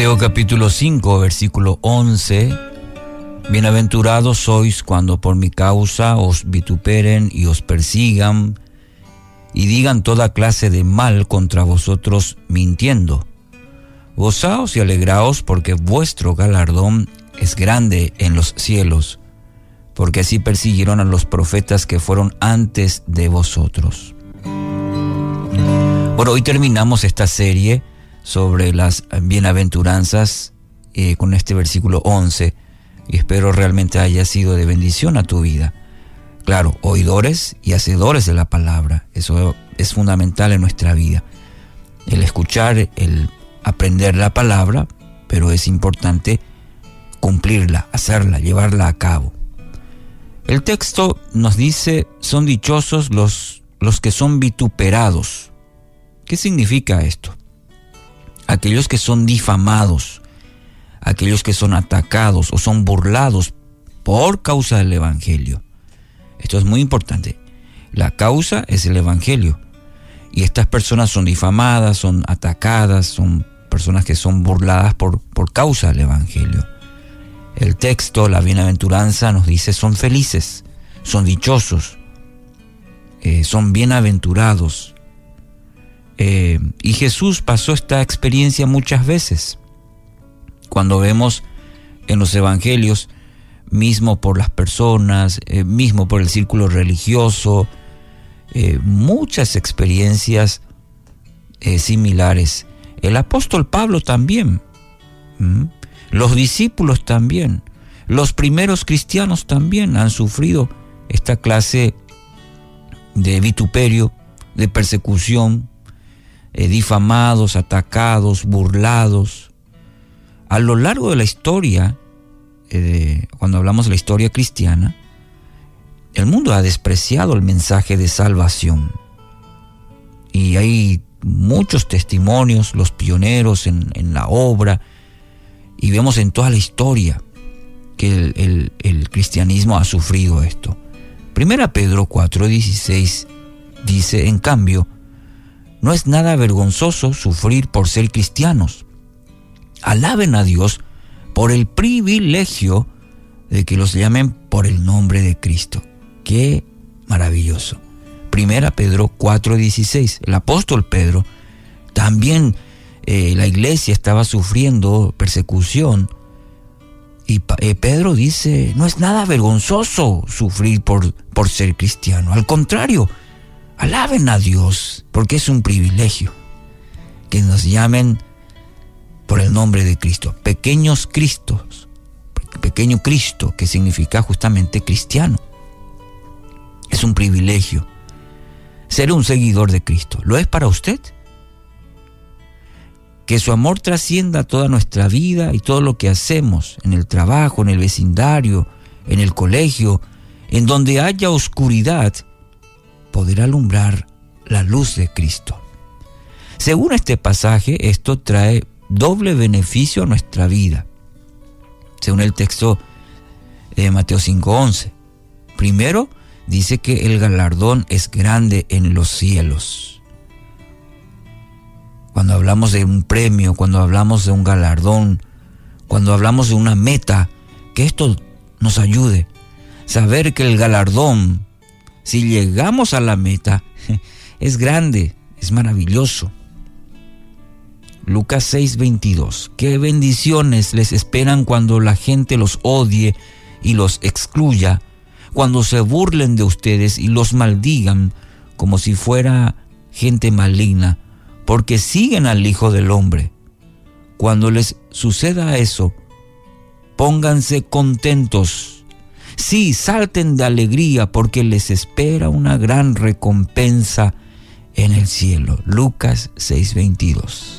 Mateo capítulo 5, versículo 11. Bienaventurados sois cuando por mi causa os vituperen y os persigan y digan toda clase de mal contra vosotros mintiendo. Gozaos y alegraos, porque vuestro galardón es grande en los cielos, porque así persiguieron a los profetas que fueron antes de vosotros. Bueno, hoy terminamos esta serie sobre las bienaventuranzas con este versículo 11, y espero realmente haya sido de bendición a tu vida. Claro, oidores y hacedores de la palabra, eso es fundamental en nuestra vida. El escuchar, el aprender la palabra, pero es importante cumplirla, hacerla, llevarla a cabo. El texto nos dice, son dichosos los que son vituperados. ¿Qué significa esto? Aquellos que son difamados, aquellos que son atacados o son burlados por causa del Evangelio. Esto es muy importante. La causa es el Evangelio. Y estas personas son difamadas, son atacadas, son personas que son burladas por causa del Evangelio. El texto, la bienaventuranza, nos dice son felices, son dichosos, son bienaventurados. Y Jesús pasó esta experiencia muchas veces. Cuando vemos en los evangelios, mismo por las personas, mismo por el círculo religioso, muchas experiencias similares. El apóstol Pablo también, los discípulos también, los primeros cristianos también han sufrido esta clase de vituperio, de persecución, difamados, atacados, burlados. A lo largo de la historia, cuando hablamos de la historia cristiana, el mundo ha despreciado el mensaje de salvación. Y hay muchos testimonios, los pioneros en la obra, y vemos en toda la historia que el cristianismo ha sufrido esto. Primera Pedro 4:16 dice, en cambio, no es nada vergonzoso sufrir por ser cristianos. Alaben a Dios por el privilegio de que los llamen por el nombre de Cristo. ¡Qué maravilloso! Primera Pedro 4:16. El apóstol Pedro, también la iglesia estaba sufriendo persecución. Y Pedro dice, no es nada vergonzoso sufrir por ser cristiano. Al contrario, alaben a Dios, porque es un privilegio que nos llamen por el nombre de Cristo. Pequeños Cristos, pequeño Cristo, que significa justamente cristiano. Es un privilegio ser un seguidor de Cristo. ¿Lo es para usted? Que su amor trascienda toda nuestra vida y todo lo que hacemos en el trabajo, en el vecindario, en el colegio, en donde haya oscuridad, poder alumbrar la luz de Cristo. Según este pasaje, esto trae doble beneficio a nuestra vida. Según el texto de Mateo 5:11. Primero, dice que el galardón es grande en los cielos. Cuando hablamos de un premio, cuando hablamos de un galardón, cuando hablamos de una meta, que esto nos ayude. Saber que el galardón, si llegamos a la meta, es grande, es maravilloso. Lucas 6:22. Qué bendiciones les esperan cuando la gente los odie y los excluya, cuando se burlen de ustedes y los maldigan como si fuera gente maligna, porque siguen al Hijo del Hombre. Cuando les suceda eso, pónganse contentos. Sí, salten de alegría, porque les espera una gran recompensa en el cielo. Lucas 6:22.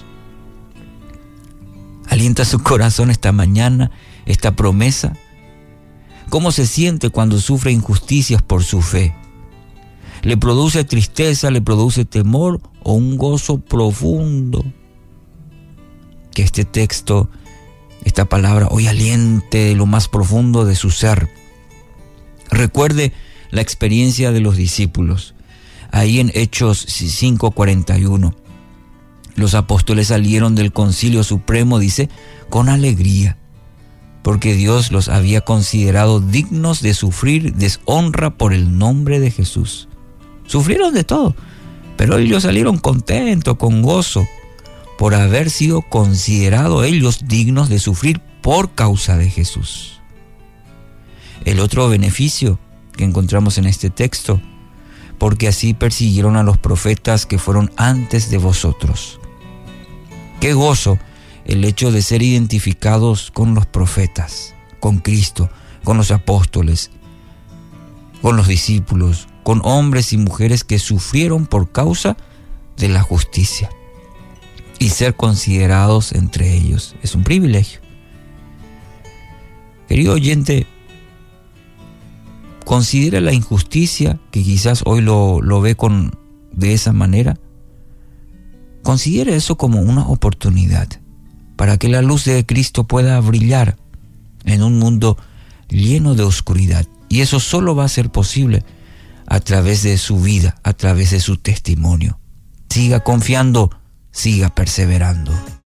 Alienta su corazón esta mañana, esta promesa. ¿Cómo se siente cuando sufre injusticias por su fe? ¿Le produce tristeza, le produce temor o un gozo profundo? Que este texto, esta palabra, hoy aliente de lo más profundo de su ser. Recuerde la experiencia de los discípulos, ahí en Hechos 5:41. Los apóstoles salieron del Concilio Supremo, dice, con alegría, porque Dios los había considerado dignos de sufrir deshonra por el nombre de Jesús. Sufrieron de todo, pero ellos salieron contentos, con gozo, por haber sido considerados ellos dignos de sufrir por causa de Jesús. El otro beneficio que encontramos en este texto, porque así persiguieron a los profetas que fueron antes de vosotros. Qué gozo el hecho de ser identificados con los profetas, con Cristo, con los apóstoles, con los discípulos, con hombres y mujeres que sufrieron por causa de la justicia. Y ser considerados entre ellos es un privilegio. Querido oyente, considera la injusticia que quizás hoy lo ve de esa manera. Considera eso como una oportunidad para que la luz de Cristo pueda brillar en un mundo lleno de oscuridad. Y eso solo va a ser posible a través de su vida, a través de su testimonio. Siga confiando, siga perseverando.